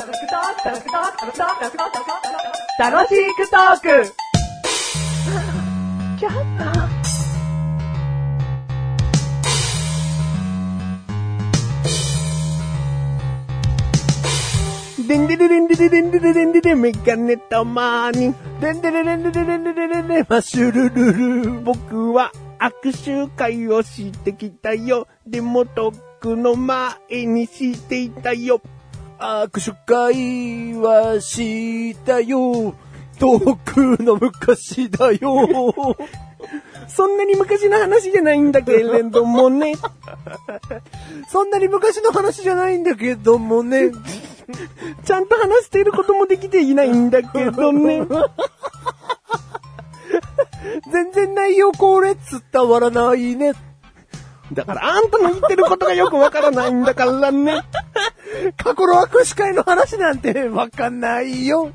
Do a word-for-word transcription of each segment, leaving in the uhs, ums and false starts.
楽しくトーク。 でんでれれんでれれんでれれんでれメガネたまに。でんでれれんでれれんでれれんでマッシュルルル。僕は握手会をしてきたよ。でもとっくの前にしていたよ。 握手会はしたよ。遠くの昔だよ。 そんなに昔の話じゃないんだけれどもね。 そんなに昔の話じゃないんだけどもね。 ちゃんと話していることもできていないんだけどね。 全然内容これ伝わらないね。 だからあんたの言ってることがよくわからないんだからね。 過去の握手会の話なんてわかんないよ。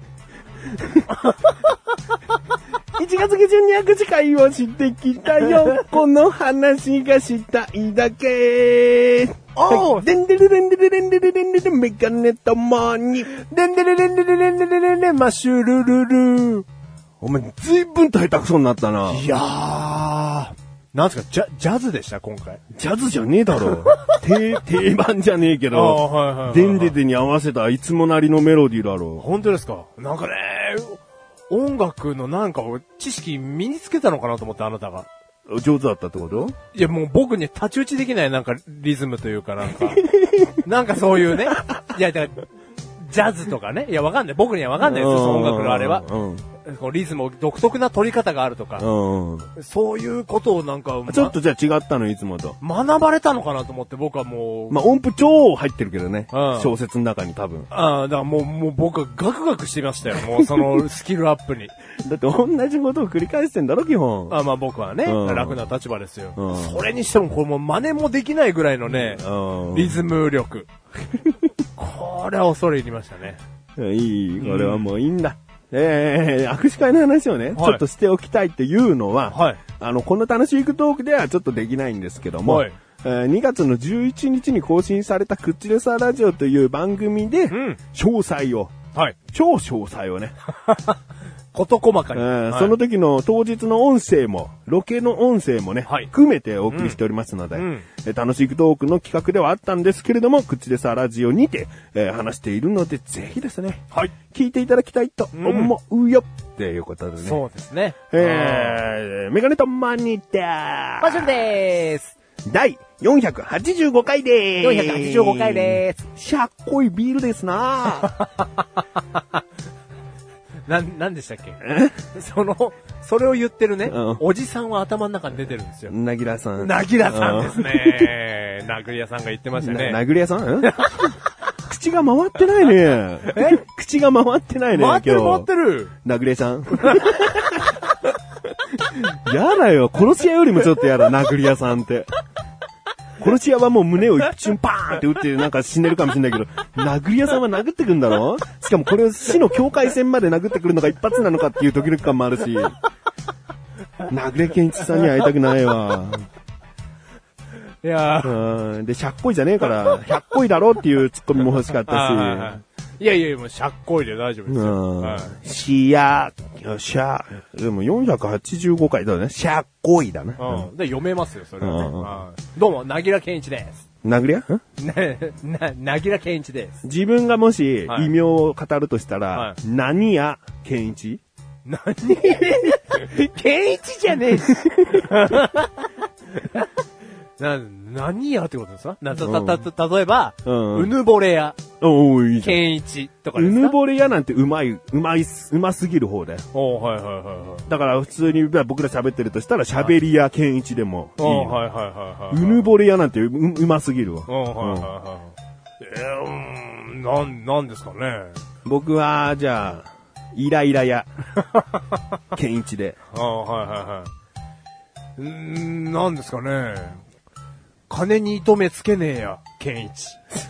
いちがつ下旬に握手会をしてきたよ。この話がしたいだけ。 おー、 でんでるでんでるでんでるでんでるメガネともに。 でんでれれんでれれんでれれんでマッシュルルル。 お前ずいぶんと下手くそになったな。 いやー、なんすか、ジャ、ジャズでした今回。 ジャズじゃねえだろ。定、定番じゃねえけど。 はいはいはいはい、 でんででに合わせたいつもなりのメロディーだろ。 本当ですか。なんかね、音楽のなんか知識身につけたのかなと思ってあなたが。 上手だったってこと？ いやもう僕に太刀打ちできないなんかリズムというかなんか、なんかそういうね。いやだから、ジャズとかね。いやわかんない。僕にはわかんないですよ、その音楽のあれは。 うん。 こうリズムを独特な取り方があるとか、 うん。 そういうことをなんか、ま、 ちょっとじゃあ違ったのいつもと。 学ばれたのかなと思って僕はもう。 まあ、音符超入ってるけどね。 うん、 小説の中に多分。 ああ、だからもう、もう僕はガクガクしてましたよ。もうそのスキルアップに。 だって同じことを繰り返してんだろ、基本。 あまあ僕はね、 うん、 楽な立場ですよ、 うん。 それにしてもこれもう真似もできないぐらいのね、 うん、 リズム力。これは恐れ入りましたね。 いい、これはもういいんだ。うん、えー、握手会の話をね、はい、ちょっとしておきたいっていうのは、はい、あの、この楽しいトークではちょっとできないんですけども、はい、えー、にがつのじゅういちにちに更新されたクッチレサーラジオという番組で、うん、詳細を、はい、超詳細をね、 こと細かに、 えーはい、その時の当日の音声も、ロケの音声もね、はい、含めてお送りしておりますので、うんうん、楽しいトークの企画ではあったんですけれども、クッチレサーラジオにて、えー、話しているので、ぜひですね、はい、聞いていただきたいと思うよ、うん、っていうことでね。 そうですね。 えー、メガネとマニター。 マジュルでーす。 第よんひゃくはちじゅうごかいでーす。 よんひゃくはちじゅうごかいでーす。 しゃっこいビールですなな、なんでしたっけその、それを言ってるね、うん、おじさんは頭の中に出てるんですよ。 なぎらさん。 なぎらさんですね。なぐり屋さんが言ってましたね。 なぐり屋さん口が回ってないね。え口が回ってないね。 回ってる回ってる。 なぐり屋さん。やだよ。殺し屋よりもちょっとやだ。なぐり屋さんって。殺し屋はもう胸を一瞬パーンって打ってなんか死んでるかもしれないけど、殴り屋さんは殴ってくるんだろ？しかもこれを死の境界線まで殴ってくるのが一発なのかっていうドキドキ感もあるし、殴れ健一さんに会いたくないわ。 いやー。 うん。で、しゃっこいじゃねえから、ひゃっこいだろっていうツッコミも欲しかったし。 いやいや、もうしゃっこいで大丈夫ですよ。はい、 しや、しゃ、でもよんひゃくはちじゅうごかいだね。しゃっこいだな。 うん。で、読めますよ、それはね。うん、どうも、なぎら健一です。 なぐりやな、な、なぎら健一です。 自分がもし、異名を語るとしたら、はい、何や健一？ 何健一じゃねえし。な、何やってことですか？な、た、た、た、例えば、うん、うぬぼれや。 おー、いいじゃん。 健一とかですか？ うぬぼれやなんてうまい、うまい、うますぎる方だよ。 おー、はいはいはいはい。 だから普通に僕ら喋ってるとしたら、喋りや健一でもいい。 おー、はいはいはいはい。 うぬぼれやなんてう、うますぎるわ。 おー、はいはいはい。えー、うん、なん、なんですかね。 僕は、じゃあ、イライラや、健一で。 あー、はいはいはい。うーん、なんですかね。金に糸目つけねえや、健一。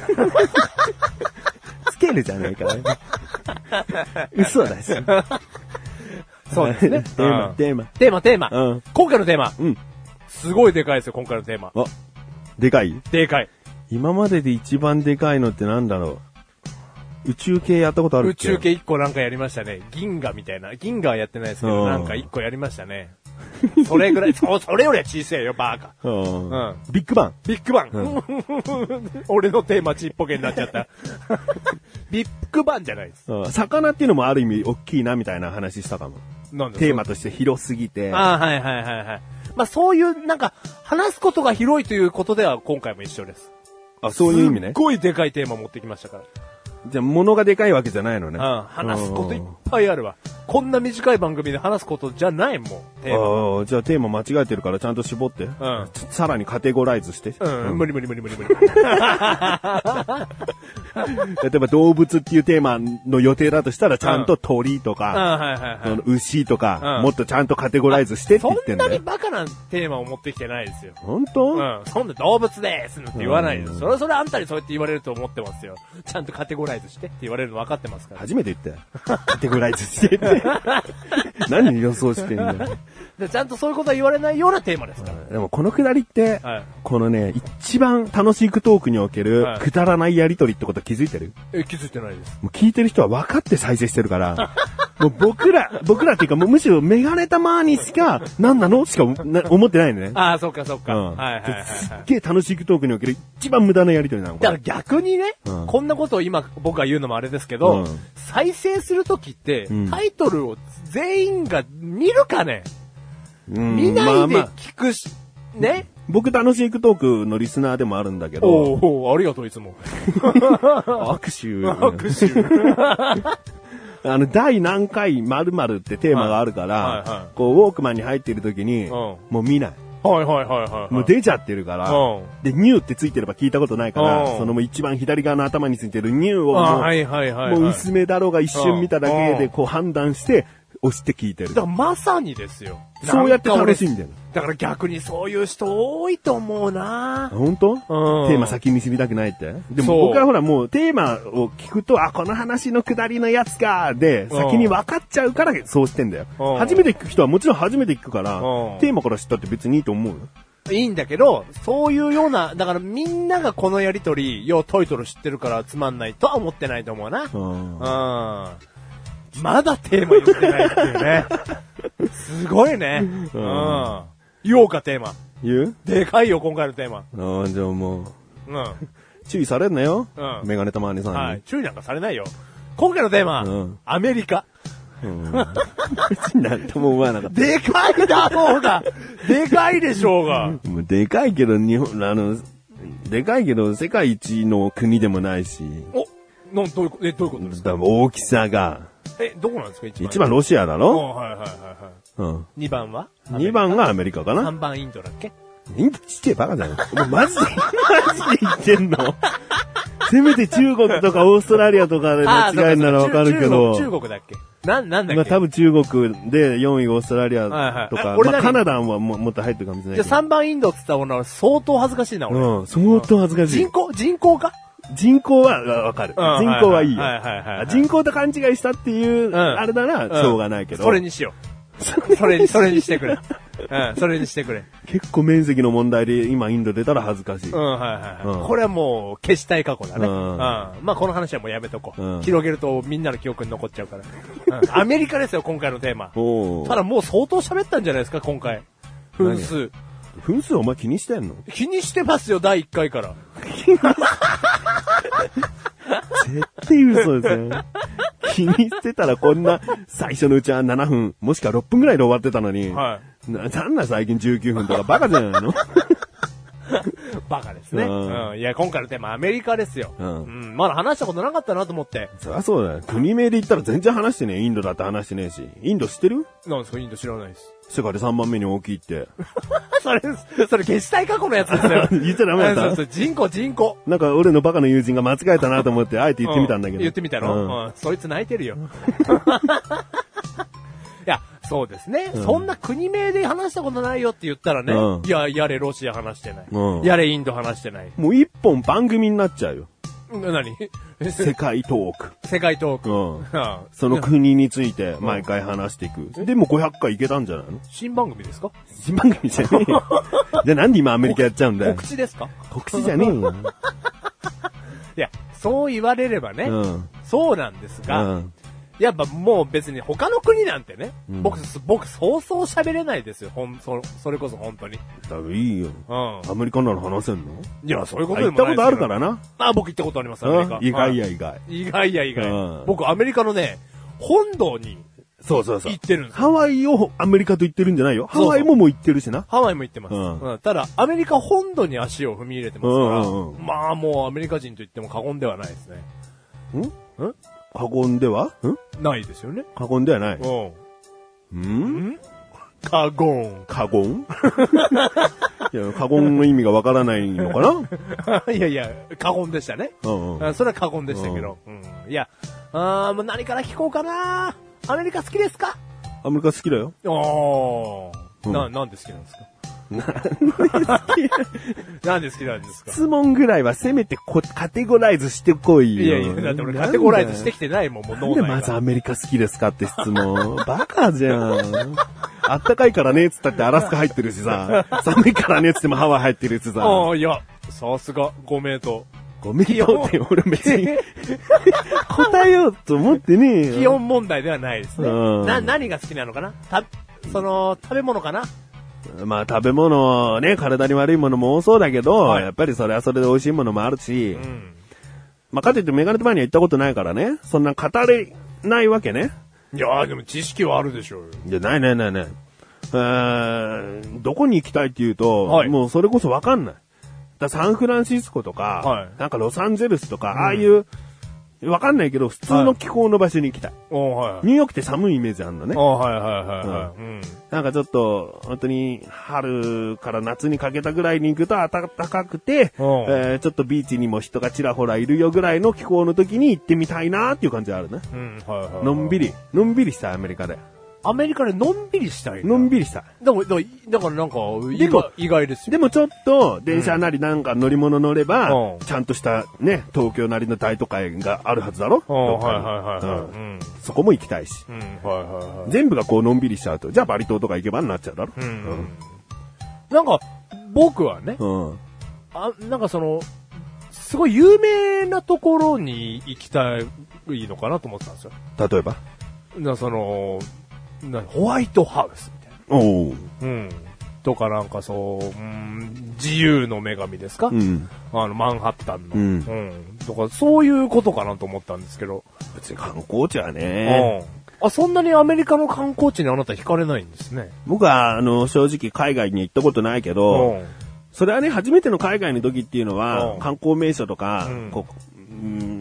つけるじゃないからね。嘘だし。 そうですね。 テーマ、テーマ。 テーマ、テーマ。 うん。 今回のテーマ。 うん。 すごいでかいですよ、今回のテーマ。 あ、でかい？ でかい。 今までで一番でかいのってなんだろ宇宙系やったことあるっけ？ 宇宙系一個なんかやりましたね。銀河みたいな。銀河はやってないですけど、なんか一個やりましたね。それぐらい、そ、それよりは小さいよ、バーカ。 うん。 うん。 ビッグバン。 ビッグバン。うん、俺のテーマちっぽけになっちゃった。ビッグバンじゃないです。 うん。魚っていうのもある意味大きいなみたいな話したかも。 なんでテーマとして広すぎて。 ああ、はいはいはいはい。まあそういう、なんか、話すことが広いということでは今回も一緒です。 あ、そういう意味ね。 すっごいでかいテーマ持ってきましたから。 じゃあ、物がでかいわけじゃないのね。 うん、話すこといっぱいあるわ。こんな短い番組で話すことじゃないもん、 テーマ。ああ、じゃあテーマ間違えてるからちゃんと絞って。うん。さらにカテゴライズして。 うん、うん、無理無理無理無理無理。 例えば動物っていうテーマの予定だとしたらちゃんと鳥とか、 うん、はいはいはい。 牛とか、うん、もっとちゃんとカテゴライズしてって言ってんだよ。 そんなにバカなテーマを持ってきてないですよ。 本当？ うん。そんな動物ですって言わないです。うん、それはそれあんたにそうやって言われると思ってますよ。ちゃんとカテゴライズしてって言われるの分かってますから。 初めて言ったよ。カテゴライズしてって。何予想してんだよ。 ちゃんとそういうことは言われないようなテーマですから。 でもこのくだりって、はい、このね、一番楽しいトークにおける、くだらないやりとりってこと気づいてる？ え、気づいてないです。 もう聞いてる人は分かって再生してるから、もう僕ら、僕らっていうかもうむしろメガネたまーにしか、何なのしか思ってないのね。 ああ、そっかそっか。うん、はいはいはい、はい。 すっげえ楽しいトークにおける一番無駄なやりとりなの。 だから逆にね、うん、こんなことを今僕が言うのもあれですけど、うん、再生するときって、うん、タイトルを全員が見るかね？うん、見ないで聞くし、まあまあ、ね。 僕楽しいトークのリスナーでもあるんだけど。 おお、ありがとういつも。 握手。 握手。 あの、第何回〇〇ってテーマがあるから、はいはいはい、こう、ウォークマンに入っている時に、うん、もう見ない。 はいはいはいはい、はい。 もう出ちゃってるから、うん、で、ニューってついてれば聞いたことないから、うん、そのもう一番左側の頭についてるニューをもう、はいはいはいはい、もう薄めだろうが一瞬見ただけでこう判断して、押して聞いてる。 だからまさにですよ。 そうやって楽しんでる。 だから逆にそういう人多いと思うな。 本当？うん。テーマ先に知りたくないって。でも僕はほらもうテーマを聞くと、あ、この話の下りのやつか、で、先に分かっちゃうからそうしてんだよ。初めて聞く人はもちろん初めて聞くから、テーマから知ったって別にいいと思うよ。 いいんだけど、そういうような、だからみんながこのやりとり、ようタイトル知ってるからつまんないとは思ってないと思うな。うん。うんまだテーマ言ってないっていうね。すごいね。うん。言おうか、テーマ。 言う？ でかいよ、今回のテーマ。 ああ、じゃあもう。うん。注意されんなよ。うん。メガネたまわりさんに。はい。 注意なんかされないよ。今回のテーマ。うん。アメリカ。 うん。別になんとも思わなかった。 でかいだろうが。でかいでしょうが。 もうでかいけど、日本、あの、でかいけど、世界一の国でもないし。 お、なん、どういう、え、どういうことですか？ 大きさが。 え、どこなんですか一番。 一番ロシアだろ？ はいはいはいはい。うん。二番は？ 二番がアメリカかな？ 三番インドだっけ？ インドちっちゃいバカじゃん。もうマジで、マジで言ってんの？せめて中国とかオーストラリアとかで間違えるならわかるけど。 中国だっけ？なん、なんだっけ？ まあ多分中国でよんいオーストラリアとか、はいはい、まあカナダはももっと入ってるかもしれないけど。 じゃあさんばんインドって言ったら俺相当恥ずかしいな俺。 うん、相当恥ずかしい。 人口人口か？ 人口はわかる。人口はいいよ。人口と勘違いしたっていう、あれなら、しょうがないけど。 それにしよう。それに、それにしてくれ。うん、それにしてくれ。 結構面積の問題で今インド出たら恥ずかしい。うん、 はいはいはい。これはもう消したい過去だね。うん。まあこの話はもうやめとこう。広げるとみんなの記憶に残っちゃうから。アメリカですよ、今回のテーマ。ただもう相当喋ったんじゃないですか、今回。分数。 分数お前気にしてんの？ 気にしてますよ、だいいっかいから。 絶対嘘ですよ。気にしてたらこんな最初のうちはななふん、もしくはろっぷんぐらいで終わってたのに。はい。な、なんだ最近じゅうきゅうふんとかバカじゃないの？ バカですね。うん。いや、今回のテーマアメリカですよ。うん。うん。まだ話したことなかったなと思って。 そりゃそうだよ。国名で言ったら全然話してねえ。インドだって話してねえし。インド知ってる？ なんですかインド知らないです。 世界でさんばんめに大きいって。 それ、それ消したい過去のやつですよ。 言っちゃダメだった。 そうそう、人口人口。 なんか俺のバカの友人が間違えたなと思ってあえて言ってみたんだけど。うん、 言ってみたの、うんうん、そいつ泣いてるよ。いや、そうですね、うん。そんな国名で話したことないよって言ったらね。うん、いや、やれロシア話してない。うん、やれインド話してない。 もう一本番組になっちゃうよ。 何？ 世界トーク。 世界トーク。 うん。その国について毎回話していく。うん、でもごひゃっかいいけたんじゃないの？ 新番組ですか？ 新番組じゃねえよ。じゃあなんで今アメリカやっちゃうんだよ。 告知ですか？ 告知じゃねえよ。 いや、そう言われればね。うん。 そうなんですが、 うん、 やっぱもう別に他の国なんてね、うん、僕、僕、そうそう喋れないですよ。ほん、そ、それこそ本当に。 だからいいよ。うん。アメリカなら話せんの？ いや、そういうことでもないですよ。 行ったことあるからな。 あ、僕行ったことあります、アメリカ。 意外や意外。 意外や意外。僕、アメリカのね、本土に、 そうそうそう。 行ってるんですよ。 ハワイをアメリカと言ってるんじゃないよ。ハワイももう行ってるしな。 ハワイも行ってます。うんうん、ただ、アメリカ本土に足を踏み入れてますから、うんうんうん、まあもうアメリカ人と言っても過言ではないですね。 んん過言ではんないですよね。 過言ではない。 うん。ん過言。 過言いや、過言の意味がわからないのかないやいや、過言でしたね。うんうん、それは過言でしたけど。うん、いや、あーもう何から聞こうかな。アメリカ好きですか？ アメリカ好きだよ。 ああ、うん、な、なんで好きなんですか？なんで好きなんですか？ 質問ぐらいはせめてこカテゴライズしてこいよ。 いやいや、だって俺カテゴライズしてきてないもん、もう脳内が。 なんでまずアメリカ好きですかって質問。バカじゃん。あったかいからねっつったってアラスカ入ってるしさ、寒いからねっつってもハワイ入ってるしさ。 ああ、いや、さすがご名答。 ご名答って俺別に答えようと思ってねえよ。 気温問題ではないですね。な、何が好きなのかな？た、その、食べ物かな？ まあ食べ物ね、体に悪いものも多そうだけど、はい、やっぱりそれはそれで美味しいものもあるし、うん、まあかといってメガネと前には行ったことないからね、そんな語れないわけね。 いやーでも知識はあるでしょうよ。 いや、ないないないない。えー、どこに行きたいって言うと、はい、もうそれこそわかんない。だサンフランシスコとか、はい、なんかロサンゼルスとか、うん、ああいう、わかんないけど、普通の気候の場所に行きたい。はい、ニューヨークって寒いイメージあるのね。 はいはいはいはい、うん。 なんかちょっと、本当に春から夏にかけたぐらいに行くと暖かくて、えー、ちょっとビーチにも人がちらほらいるよぐらいの気候の時に行ってみたいなーっていう感じあるね。うんはいはいはい、のんびり、のんびりしたアメリカで。 アメリカでのんびりしたいのんびりしたい。 だから、だからなんか意外、意外ですよ。 でもちょっと電車なりなんか乗り物乗れば、うん、ちゃんとしたね、東京なりの大都会があるはずだろ、うん、はいはいはい、はいうん、そこも行きたいし、うんはいはいはい、全部がこうのんびりしちゃうと、じゃあバリ島とか行けばになっちゃうだろ、うんうん、 なんか、僕はね、うん、あ、なんかその、すごい有名なところに行きたいのかなと思ってたんですよ。 例えばなその、なホワイトハウスみたいな。おうん。とかなんかそう、うん、自由の女神ですか、うん、あの、マンハッタンの。うん。うん。とか、そういうことかなと思ったんですけど。 別に観光地はね。 うん。あ、そんなにアメリカの観光地にあなた惹かれないんですね。 僕は、あの、正直海外に行ったことないけど、うん、それはね、初めての海外の時っていうのは、うん、観光名所とか、うん、こう、うん、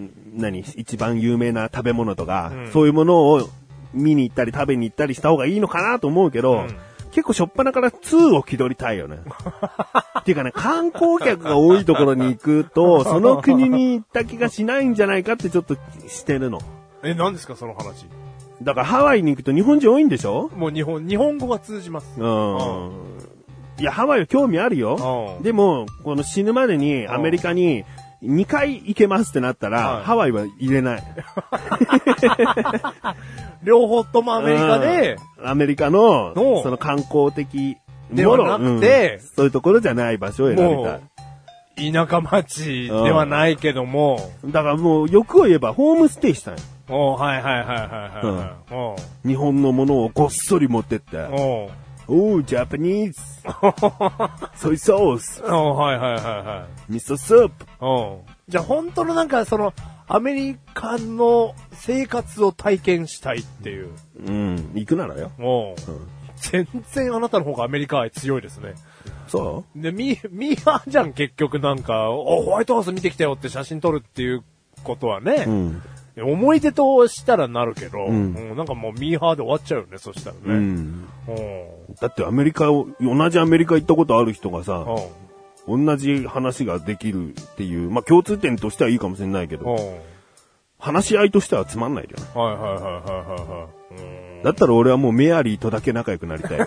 何、一番有名な食べ物とか、うん、そういうものを、見に行ったり食べに行ったりした方がいいのかなと思うけど、うん、結構しょっぱなからツーを気取りたいよね。っていうかね、観光客が多いところに行くと、その国に行った気がしないんじゃないかってちょっとしてるの。 え、何ですかその話。 だからハワイに行くと日本人多いんでしょ？ もう日本、日本語が通じます。うん。 うん、いや、ハワイは興味あるよ。でも、この死ぬまでにアメリカに、にかい行けますってなったら、はい、ハワイは入れない。 両方ともアメリカで、 うん、アメリカの、その観光的ではなくて、 うん、そういうところじゃない場所を選びたい。田舎町ではないけども、 うん、だからもう欲を言えばホームステイしたい。 おはいはいはいはいはい、 うん、日本のものをごっそり持ってって。おおー、ジャパニーズ。ソイソース。 おはいはいはいはい。 味噌スープ。 おじゃあ本当のなんかその、アメリカの生活を体験したいっていう。 うん、行くならよ。おう、うん、 全然あなたの方がアメリカ愛強いですね。 そうで、ミー、ミーハーじゃん結局なんか、お、ホワイトハウス見てきたよって写真撮るっていうことはね。うん思い出としたらなるけど、うんうん、なんかもうミーハーで終わっちゃうよね、そしたらね。うん、 だってアメリカを、同じアメリカ行ったことある人がさ、同じ話ができるっていう、まあ共通点としてはいいかもしれないけど、話し合いとしてはつまんないじゃん。はいはいはいはいはい。だったら俺はもうメアリーとだけ仲良くなりたい。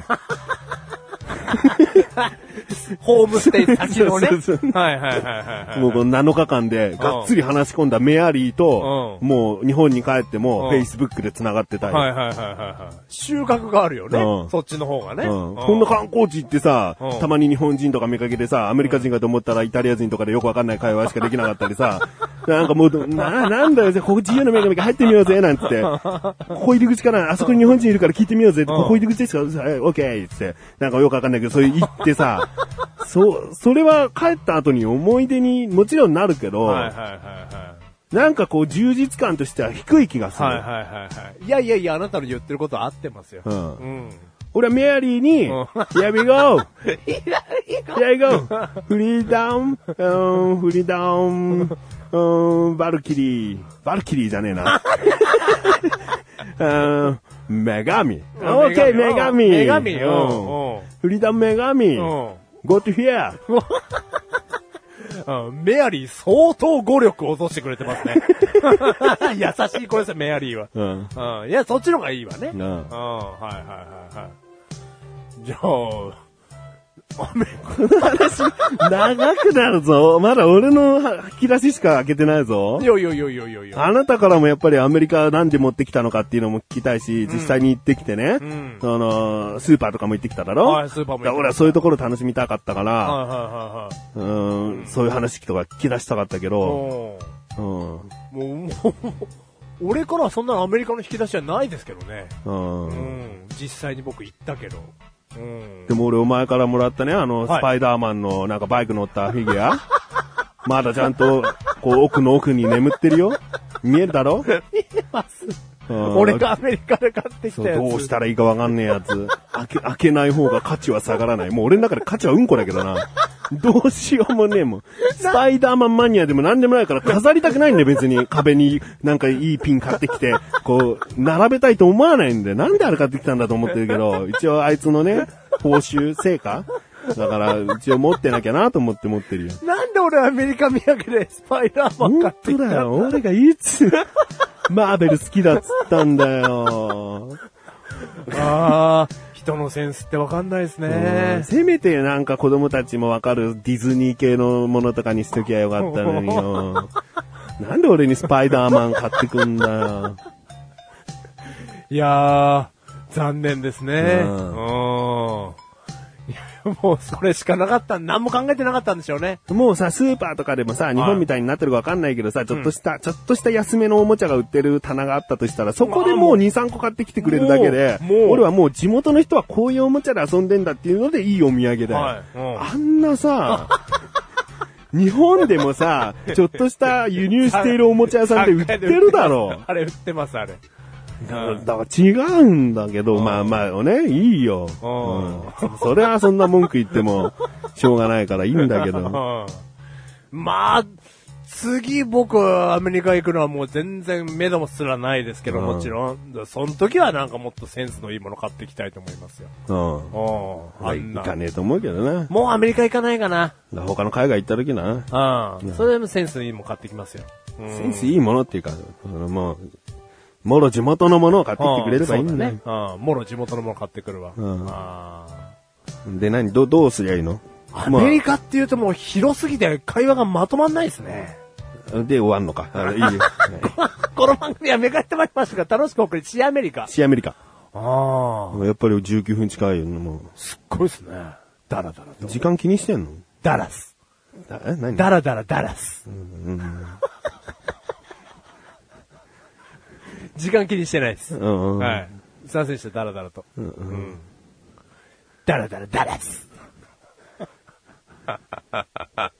ホームステイ先のね。そうそうそうはいはいはいはい。 もうこのなのかかんでがっつり話し込んだメアリーと、もう日本に帰っても Facebook で繋がってたい。 はいはいはいはい。収穫があるよね。そっちの方がね。 こんな観光地ってさ、たまに日本人とか見かけてさ、アメリカ人かと思ったらイタリア人とかでよくわかんない会話しかできなかったりさ、 なんかもう、な、なんだよ、ここ自由の女神が入ってみようぜ、なんつって。ここ入り口かな、あそこに日本人いるから聞いてみようぜ、ここ入り口ですか、オッケーって。なんかよくわかんないけど、それ言ってさ、そう、それは帰った後に思い出にもちろんなるけど、 はいはいはいはい。 なんかこう充実感としては低い気がする。 はいはいはいはい。いやいやいや、あなたの言ってることは合ってますよ。 うん。 うん。 俺はメアリーに、Here we go! Here we go! フリーダウン、うん、フリーダウン、うん、バルキリー。バルキリーじゃねえな。うん、女神。オッケー、女神。 女神。うん。 フリーダウン女神。Go to here! うん、メアリー相当語力を落としてくれてますね。優しい子ですよ、メアリーは。うん。うん。いや、そっちの方がいいわね。うん。うん。はいはいはいはい。じゃあ、アメリカの話、長くなるぞ。まだ俺の引き出ししか開けてないぞ。 いやいやいやいやいやいや。 あなたからもやっぱりアメリカなんで持ってきたのかっていうのも聞きたいし、うん、実際に行ってきてね、うん、その、スーパーとかも行ってきただろ。 はい、スーパーも行ってきた。 俺はそういうところ楽しみたかったから、 はいはいはいはい。 うん、そういう話とか聞き出したかったけど、 うん。もう、もう、俺からはそんなアメリカの引き出しはないですけどね。うん。うん、実際に僕行ったけど。うん、 でも俺お前からもらったね、あの、はい、スパイダーマンのなんかバイク乗ったフィギュアまだちゃんと、こう奥の奥に眠ってるよ。見えるだろ？ 見えます。俺がアメリカで買ってきたやつ。 どうしたらいいかわかんねえやつ。開け、開けない方が価値は下がらない。もう俺の中で価値はうんこだけどな。どうしようもねえもん。スパイダーマンマニアでもなんでもないから飾りたくないんだよ別に。壁になんかいいピン買ってきて、こう、並べたいと思わないんで。なんであれ買ってきたんだと思ってるけど、一応あいつのね、報酬、成果だから、一応持ってなきゃなと思って持ってるよ。 なんで俺アメリカ土産でスパイダーマン買ってきたんだよ。 俺がいつ、マーベル好きだっつったんだよ。 ああ、人のセンスってわかんないですね。 せめてなんか子供たちもわかるディズニー系のものとかにしときゃよかったのによ。なんで俺にスパイダーマン買ってくんだよ。 いやー、残念ですね。うん。うんもうそれしかなかった。何も考えてなかったんでしょうね。 もうさ、スーパーとかでもさ、日本みたいになってるかわかんないけどさ、ちょっとした、うん、ちょっとした安めのおもちゃが売ってる棚があったとしたら、そこでもうに、さんこ買ってきてくれるだけで、俺はもう地元の人はこういうおもちゃで遊んでんだっていうのでいいお土産だよ。はいうん、あんなさ、日本でもさ、ちょっとした輸入しているおもちゃ屋さんって売ってるだろう。 あれ売ってます、あれ。 だから違うんだけど、うん、まあまあね、いいよ。うん、それはそんな文句言ってもしょうがないからいいんだけど。うん、 まあ、次僕アメリカ行くのはもう全然目処もすらないですけど、うん、もちろん。その時はなんかもっとセンスのいいもの買っていきたいと思いますよ。うん。 あんな。行かねえと思うけどな。 もうアメリカ行かないかな。 他の海外行った時な。 うん。それでもセンスのいいもの買ってきますよ。 うん、センスいいものっていうか、もう、もろ地元のものを買ってきてくれればいいんだね。 ああ、もろ地元のもの買ってくるわ。うん、 あで、何ど、どうすりゃいいの？ アメリカって言うともう広すぎて会話がまとまんないですね。 で、終わんのか。いいよ。 この番組はめがってまいりましたが、楽しく送り、シアメリカ。 シアメリカ。 ああ。やっぱりじゅうきゅうふん近いよね、もう。 すっごいですね。ダラダラと。 時間気にしてんの？ ダラス。 え、何？ ダラダラダラス。うんうん時間気にしてないです。うんうん、はい。すいませんでした、ダラダラと。うんうんうん、ダラダラダラス。